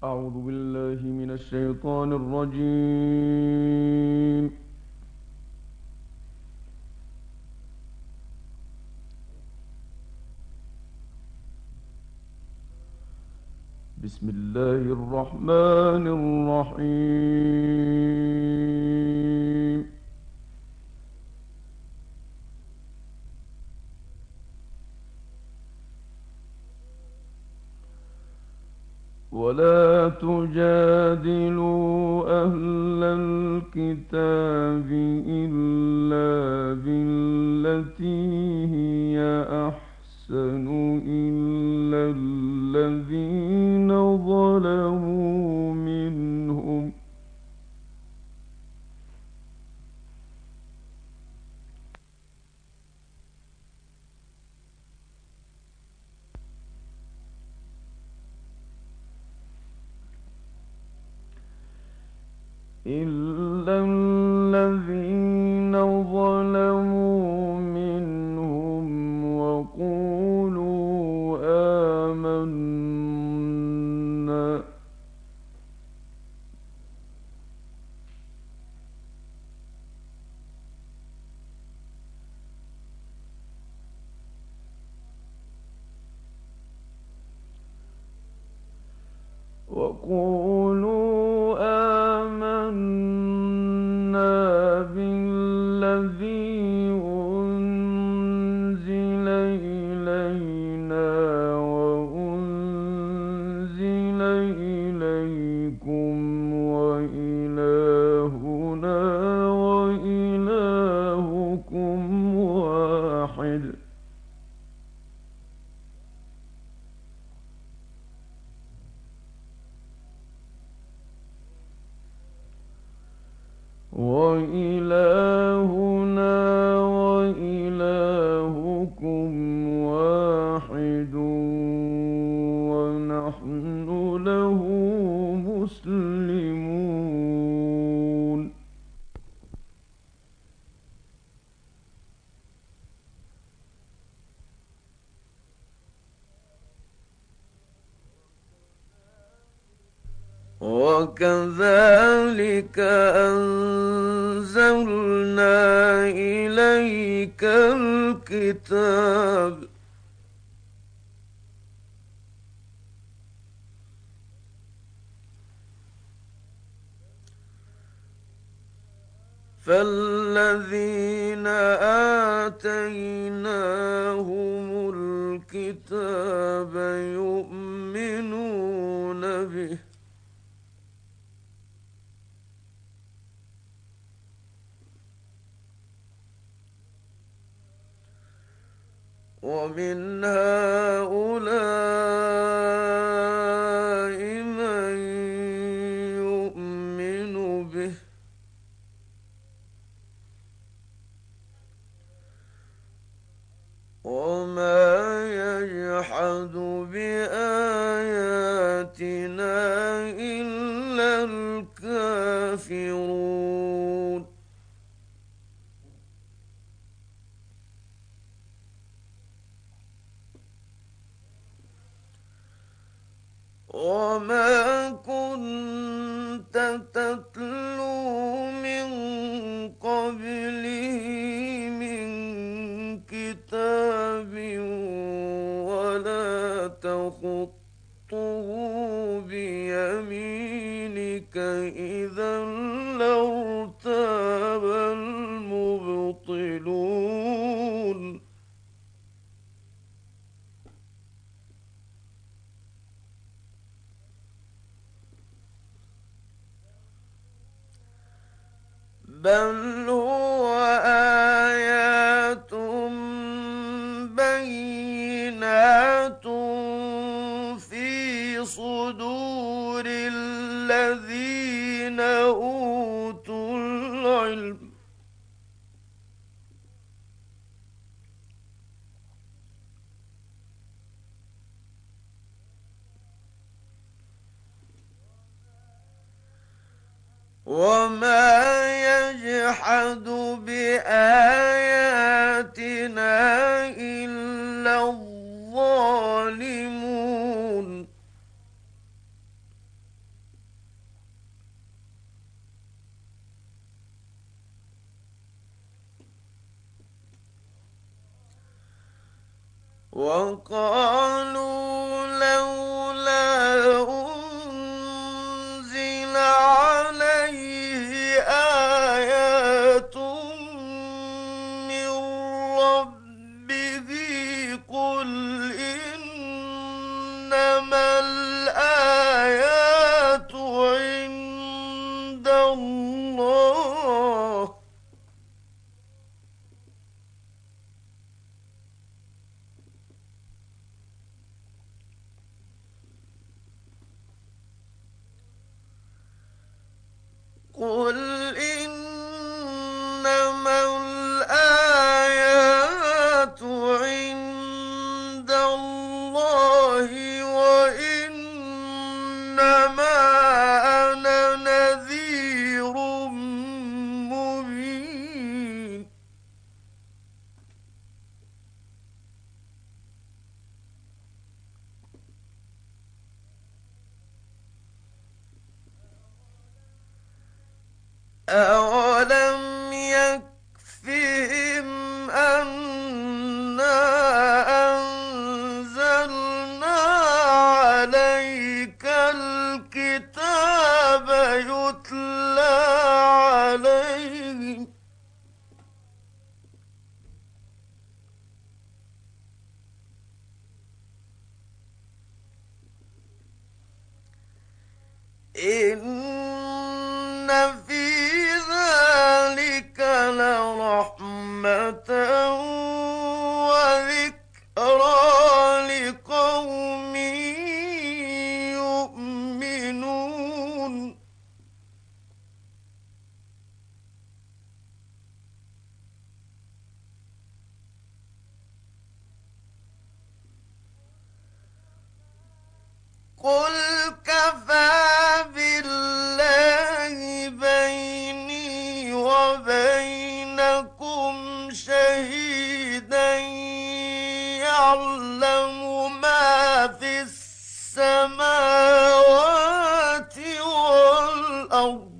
أعوذ بالله من الشيطان الرجيم. بسم الله الرحمن الرحيم. ولا تجادلوا أهل الكتاب إلا بالتي هي أحسن إلا الذين ظلموا منهم إلا الذين ظلموا منهم وقولوا آمنا وقولوا آمنا بالذي أنزل إلينا وأنزل إليكم وإلهنا وإلهكم واحد وإلهنا وإلهكم واحد ونحن له مسلمون. وكذلك أنزلنا إليك الكتاب فالذين آتيناهم الكتاب يؤمنون به ومن هؤلاء من يؤمن به وما يجحد بآياتنا إلا الكافرون. وما كنت تتلو من قبله من كتاب ولا تخطه بيمينك إذا لارتاب المبطلون. بل هو آيات بينات في صدور الذين أوتوا العلم. وما يجحد بآياتنا إلا الظالمون. وقالوا لولا أنزل عليه آيات من ربه قل إنما الآيات عند الله قل إنما الآيات عند الله وإنما أنا نذير مبين أولم يكفهم أنا أنزلنا عليك الكتاب يتلى عليهم إن في ذلك لرحمة وذكرى لقوم يؤمنون قل كفى بالله بيني وبينكم شهيدا يعلم ما في السماوات والأرض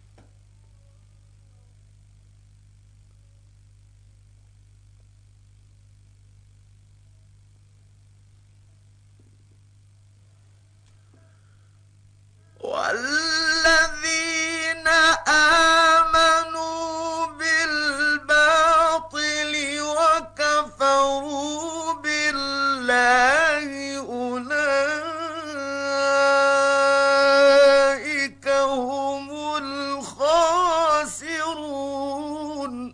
والذين آمنوا بالباطل وكفروا بالله أولئك هم الخاسرون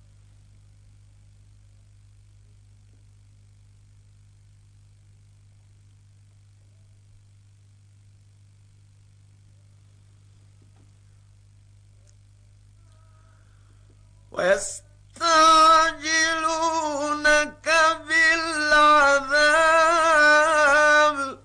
ويستعجلونك بالعذاب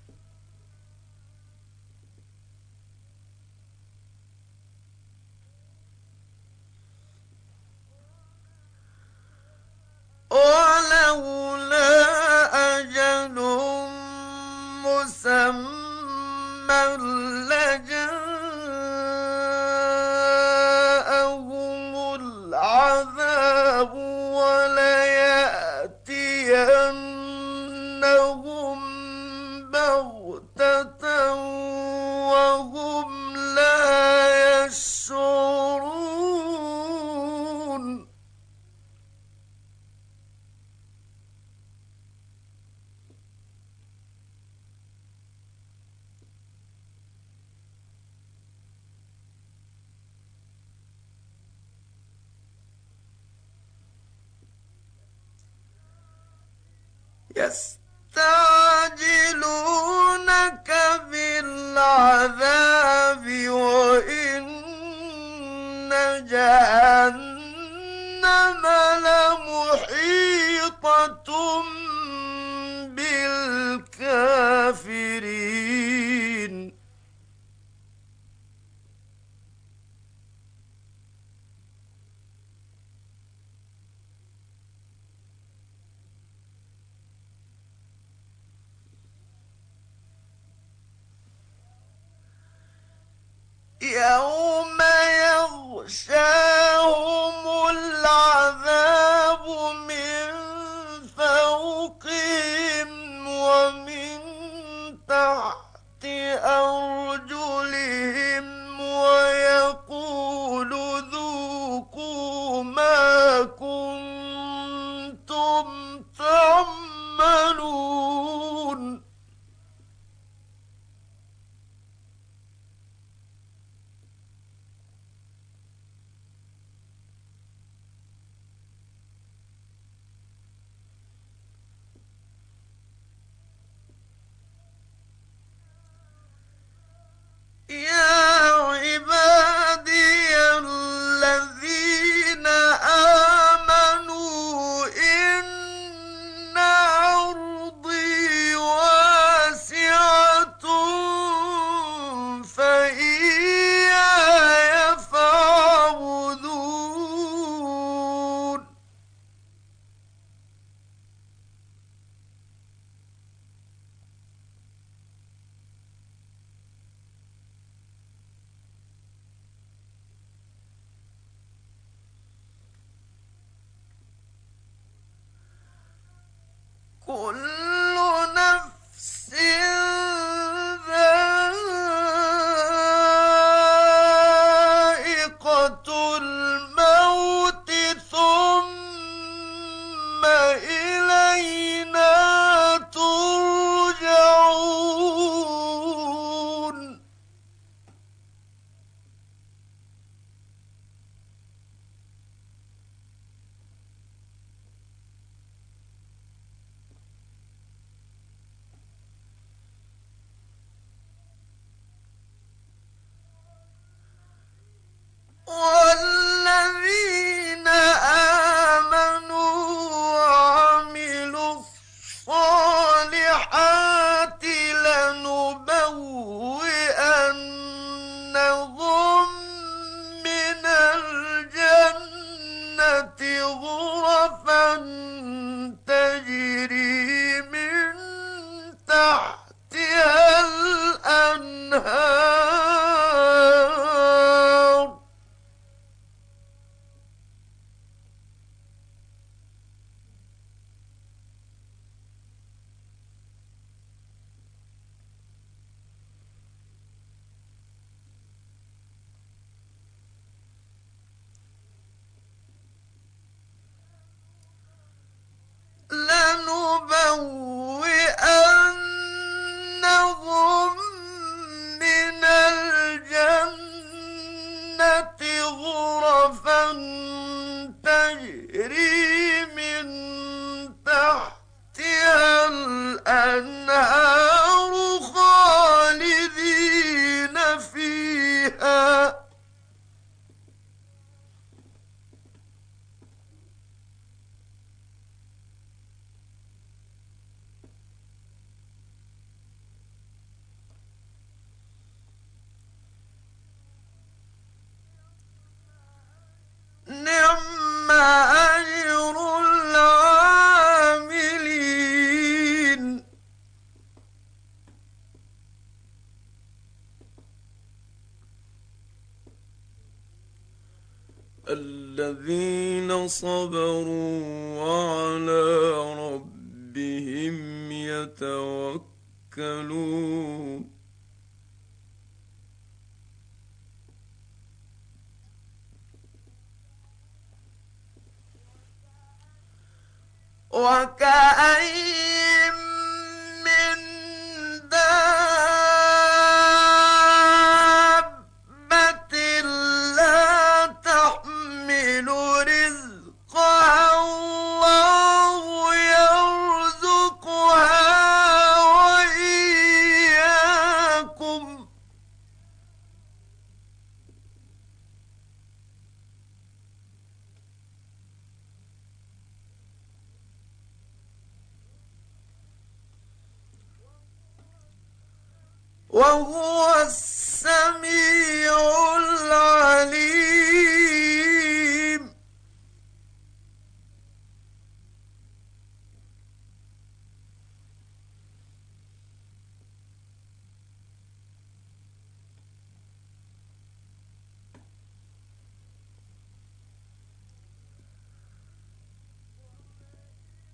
ولولا أجل مسمى لجاءهم العذاب وليأتينهم بغتة وهم لا يشعرون يستعجلونك بالعذاب وإن جهنم لمحيطة بالكافرين يوم يغشاهم العذاب من فوقهم أرجلهم ويقول ذوقوا ما كنتم تعملون يا عبادي الذين آمنوا إن أرضي واسعة فإياي فاعبدون كل نفس ذائقة الموت ثم إلينا ترجعون والذين آمنوا وعملوا الصالحات لنبوئنهم من الجنة غرفا تجري من تحتها الأنهار لنبوئنهم من الجنة غرفا تجري من تحتها الأنهار خالدين فيها نعم أجر العاملين الذين صبروا وعلى ربهم يتوكلون وكأين من دابة لا تحمل رزقها الله يرزقها وإياكم وهو السميع العليم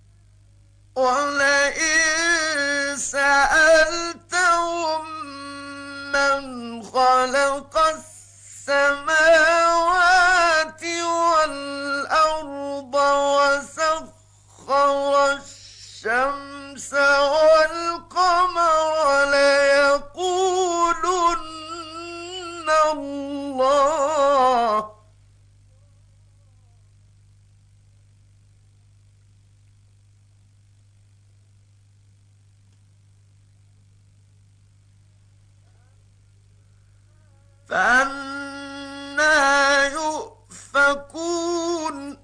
ولئن سألتهم أَمَّنْ خَلَقَ السَّمَاوَاتِ وَالْأَرْضَ وَسَخَّرَ الشَّمْسَ وَالْقَمَرَ لَيَقُولُنَّ اللَّهُ فأنى يؤفكون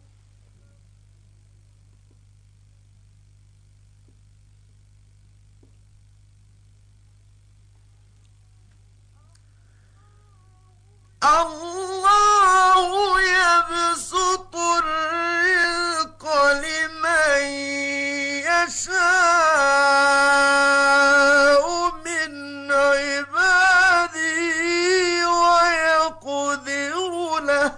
الله يبسط الرزق لمن يشاء من عباده ويقدر له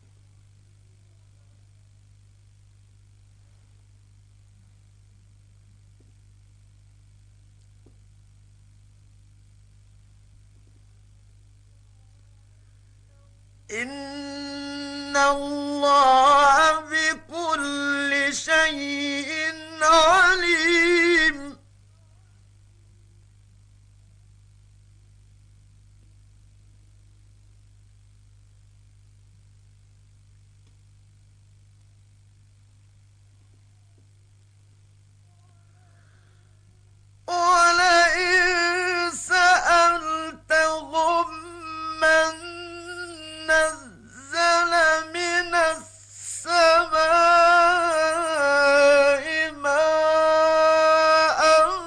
إن الله بكل شيء عليم ولئن سألتهم من نزل من السماء ماء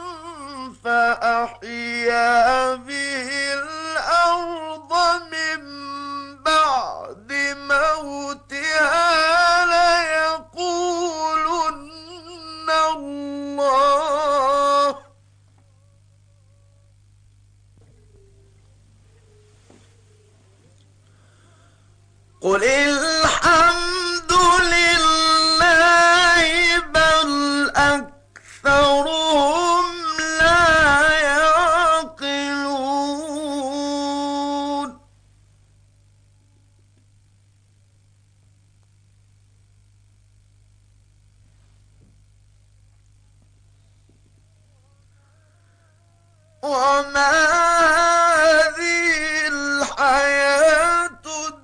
فأحيا به الأرض من بعد موتها ليقولن الله قل الحمد لله بل أكثرهم لا يعقلون وما هذه الحياة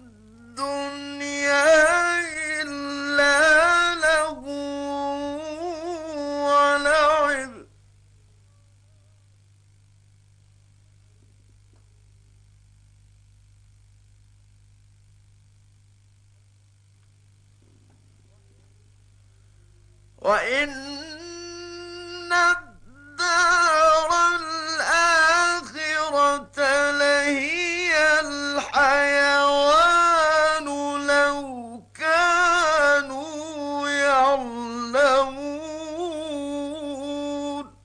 الدنيا إلا لهو ولعب وإن الدار الآخرة لهي الحيوان لو كانوا يعلمون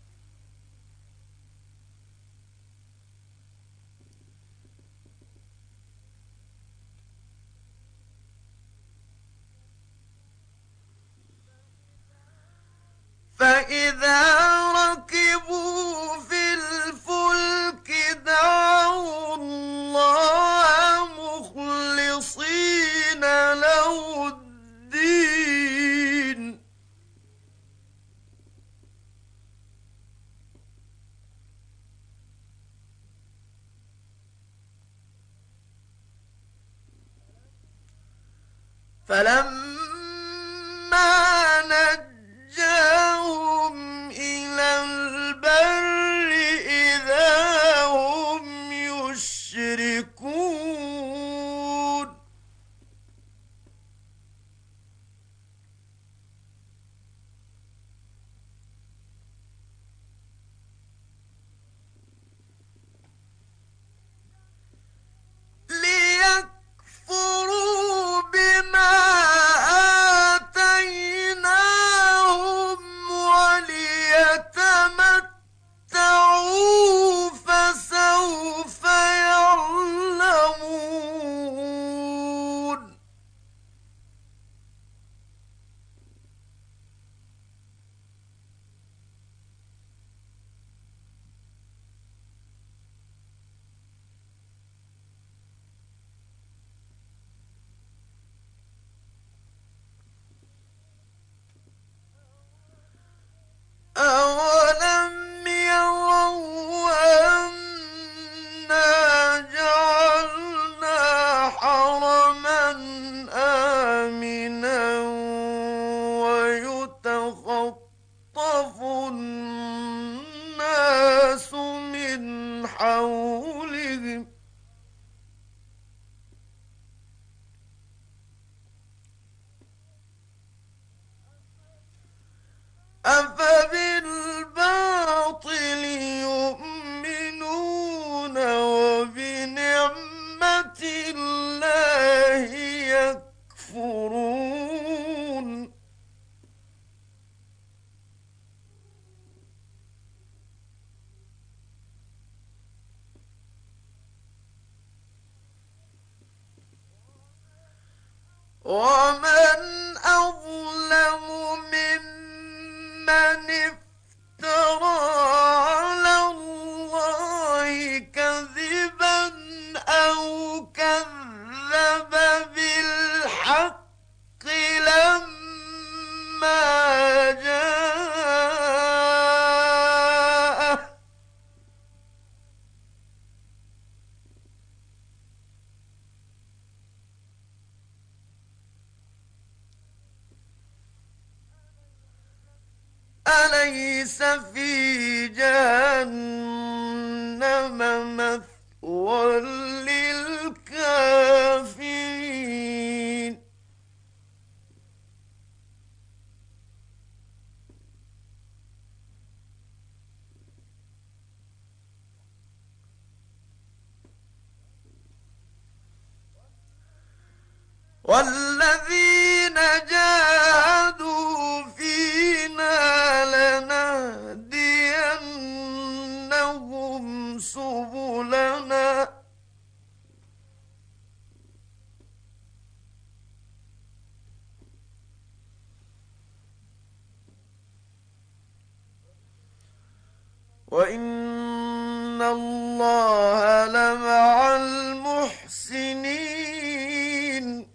فإذا ركبوا في الفلك دعوا الله مخلصين له الدين فلما نجاهم إلى البر إذا هم يشركون ليكفروا بما آتيناهم وليتمتعوا فسوف يعلمون الله يكفرون ومن أظلم ممن افترى على الله كذبا أو كذب بالحق لما جاءه أليس في جهنم مثوى للكافرين والذين جاهدوا فينا لنهدينهم سبلنا وإن الله لمع المحسنين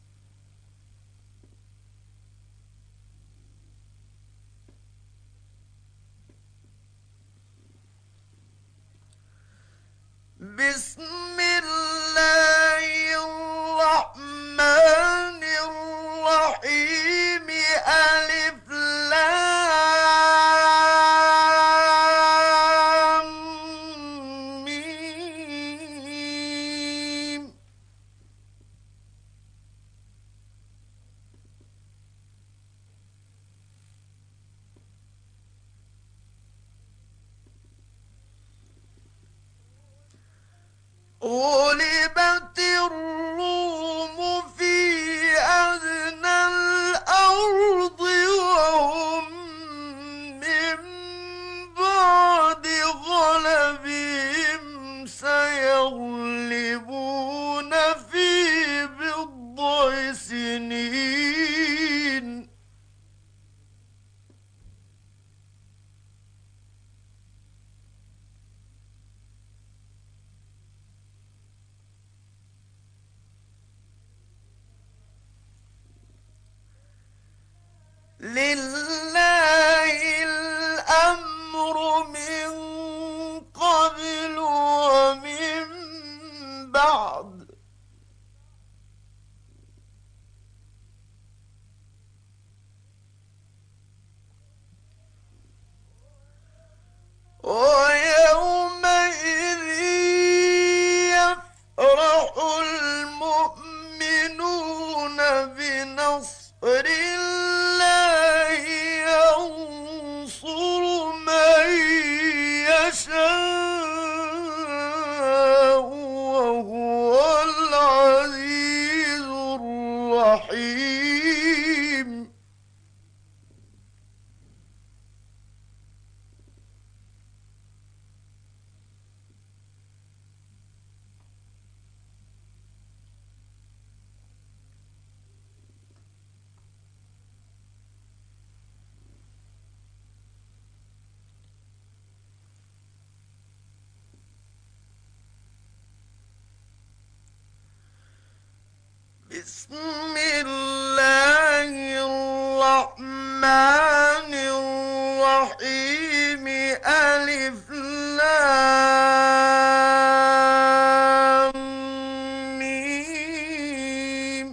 بسم الله الرحمن الرحيم ألف لام ميم غلبت الروم في أدنى الأرض وهم من بعد غلبهم سيغلبون في بضع سنين لله الأمر من قبل ومن بعد ويومئذ يفرح المؤمنون بنصر الله ينصر من يشاء وهو العزيز الرحيم بسم الله الرحمن الرحيم ألف لام ميم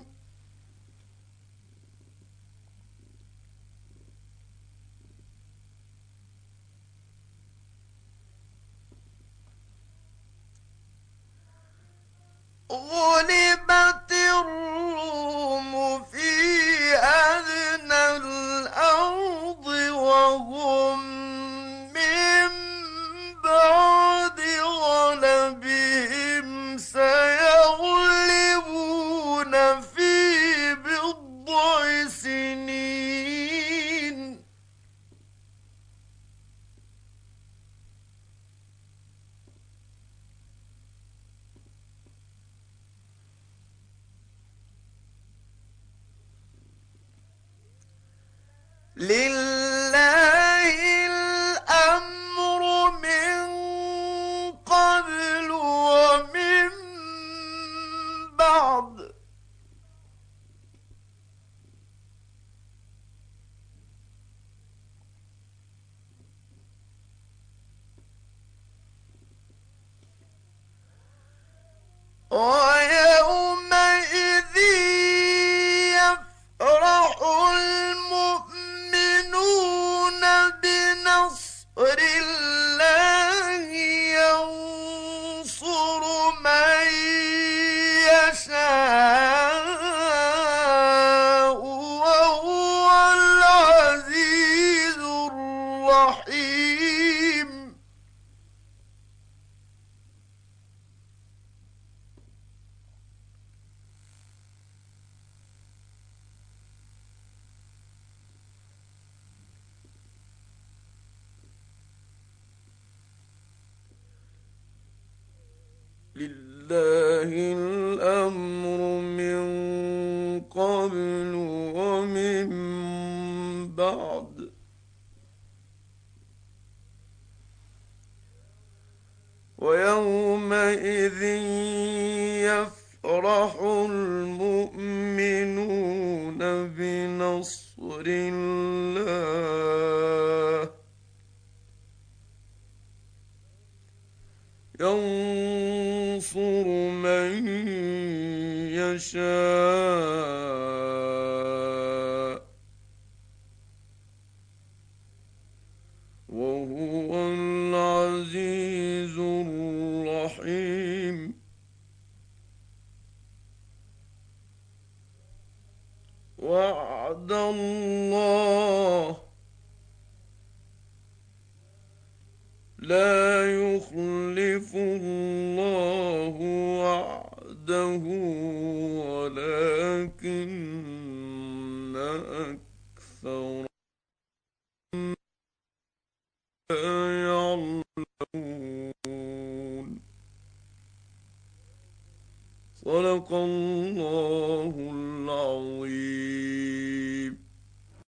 غلبت الروم في أدنى الأرض وهم من بعد غلبهم سيغلبون لله الأمر من قبل ومن بعد ويومئذ يفرح المؤمنون بنصر الله ينصر من يشاء وهو العزيز الرحيم لله الأمر من قبل ومن بعد ويومئذ يفرح المؤمنون بنصر الله ينصر من يشاء وهو العزيز الرحيم وعد الله لا يخلف الله وعده ولكن أكثر لا يعلمون صدق الله